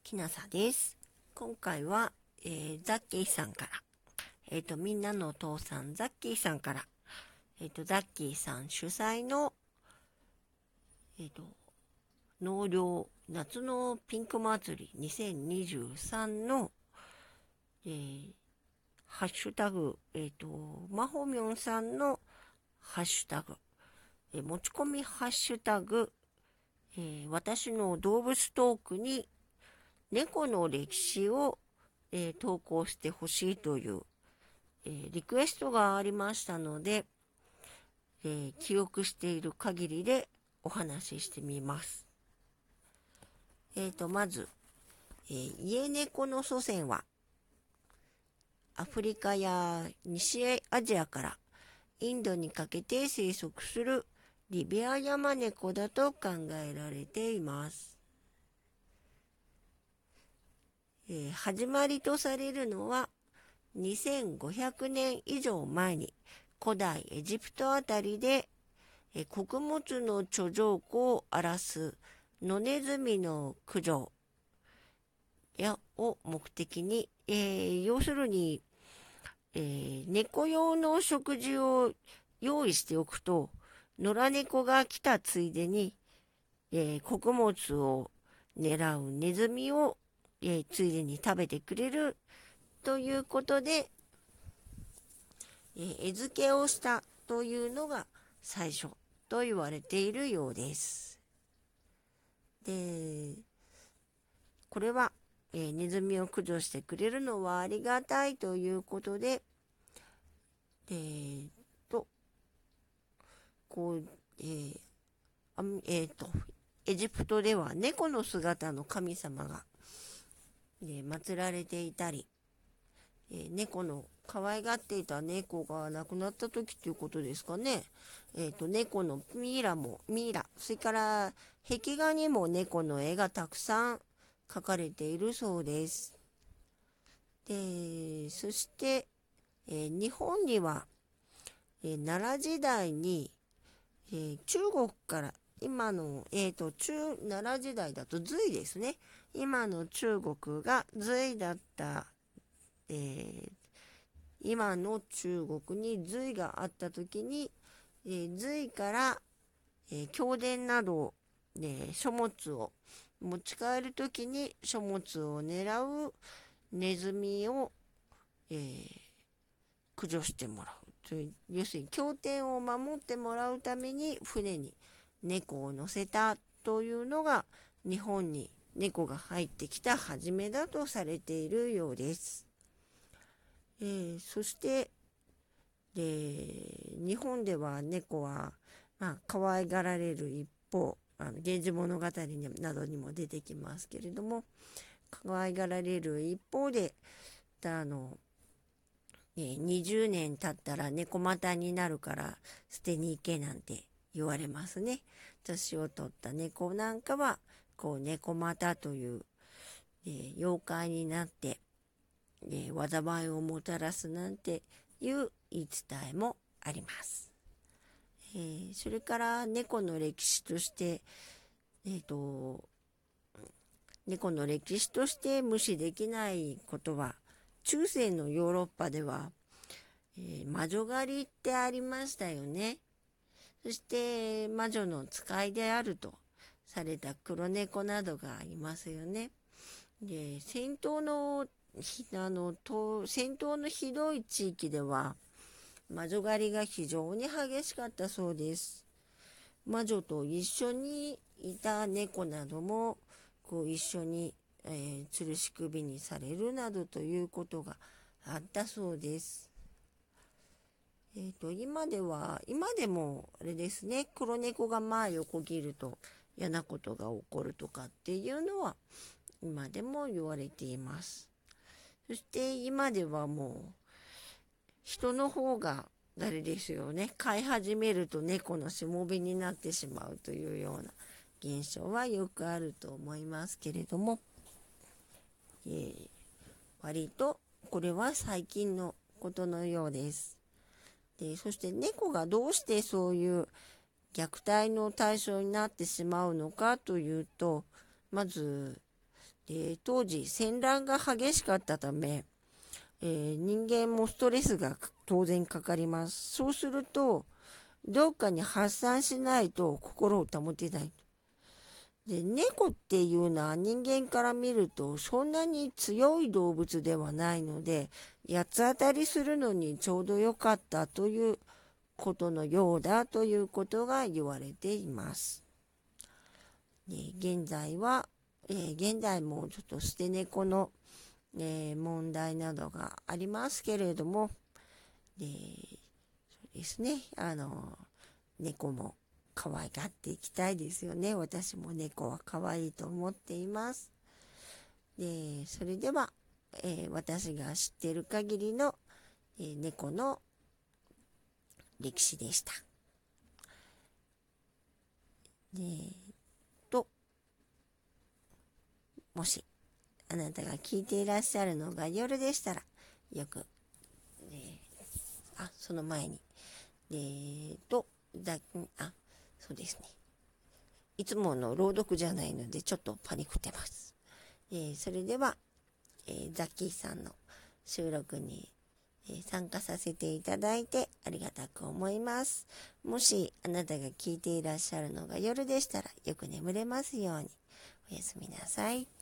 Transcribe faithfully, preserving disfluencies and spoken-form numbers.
きなさです。今回は、えー、ザッキーさんから、えっ、と、みんなのお父さん、ザッキーさんから、えっ、と、ザッキーさん主催の、えっ、と、納涼夏のピンク祭りにせんにじゅうさんの、えー、ハッシュタグ、えっ、と、まほみょんさんのハッシュタグ、えー持ち込みハッシュタグ、えー私の動物トークに猫の歴史を、えー投稿してほしいという、えーリクエストがありましたので、えー記憶している限りでお話ししてみます。えーと、まず、えー家猫の祖先はアフリカや西アジアからインドにかけて生息するリベアヤマネコだと考えられています。えー始まりとされるのはにせんごひゃくねん以上前に古代エジプトあたりでえ穀物の貯蔵庫を荒らす野ネズミの駆除やを目的に、えー要するに、えー猫用の食事を用意しておくと野良猫が来たついでに、えー穀物を狙うネズミを、えーついでに食べてくれるということで、えー餌付けをしたというのが最初と言われているようです。で、これは、えーネズミを駆除してくれるのはありがたいということで、えーと、こう、えーあえーと、エジプトでは猫の姿の神様が、えー祀られていたり、えー猫の可愛がっていた猫が亡くなった時ということですかね。えっと、猫のミイラも、ミイラ、それから壁画にも猫の絵がたくさん描かれているそうです。で、そして、えー日本には、えー奈良時代に、えー中国から今の、えーと、中、奈良時代だと隋ですね。今の中国が隋だった、えー今の中国に隋があった時に、えー隋から、えー経典などを、ね、書物を持ち帰る時に書物を狙うネズミを、えー駆除してもらうという、要するに経典を守ってもらうために船に猫を乗せたというのが日本に猫が入ってきた初めだとされているようです。えーそしてで日本では猫は、まあ、可愛がられる一方、あの源氏物語などにも出てきますけれども、可愛がられる一方で、あの、えーにじゅうねん経ったら猫股になるから捨てに行けなんて言われますね。年を取った猫なんかはこう猫股という、えー妖怪になって、えー災いをもたらすなんていう言い伝えもあります。えーそれから猫の歴史として、えーと、猫の歴史として無視できないことは、中世のヨーロッパでは、えー魔女狩りってありましたよね。そして魔女の使いであるとされた黒猫などがいますよね。で、戦闘の、あの、戦闘のひどい地域では、魔女狩りが非常に激しかったそうです。魔女と一緒にいた猫なども、こう一緒に、えー吊るし首にされるなどということがあったそうです。えっと、今では、今でも、あれですね、黒猫が前をこぎると嫌なことが起こるとかっていうのは、今でも言われています。そして今ではもう、人の方が、あれですよね、飼い始めると猫のしもべになってしまうというような現象はよくあると思いますけれども、えー割とこれは最近のことのようです。で、そして猫がどうしてそういう虐待の対象になってしまうのかというと、まず、 で当時戦乱が激しかったため、えー、人間もストレスが当然かかります。そうするとどっかに発散しないと心を保てない。で、猫っていうのは人間から見るとそんなに強い動物ではないので、八つ当たりするのにちょうど良かったということのようだということが言われています。で現在は、えー、現在もちょっと捨て猫の、えー、問題などがありますけれども、でそうですね、あの猫も可愛がっていきたいですよね。私も猫は可愛いと思っています。でそれでは、えー、私が知っている限りの、えー、猫の歴史でした。でともしあなたが聞いていらっしゃるのが夜でしたら、よく、ね、あその前にでとだあそうですね、いつもの朗読じゃないのでちょっとパニクってます。えー、それでは、えー、ザッキーさんの収録に、えー、参加させていただいてありがたく思います。もしあなたが聞いていらっしゃるのが夜でしたら、よく眠れますように。おやすみなさい。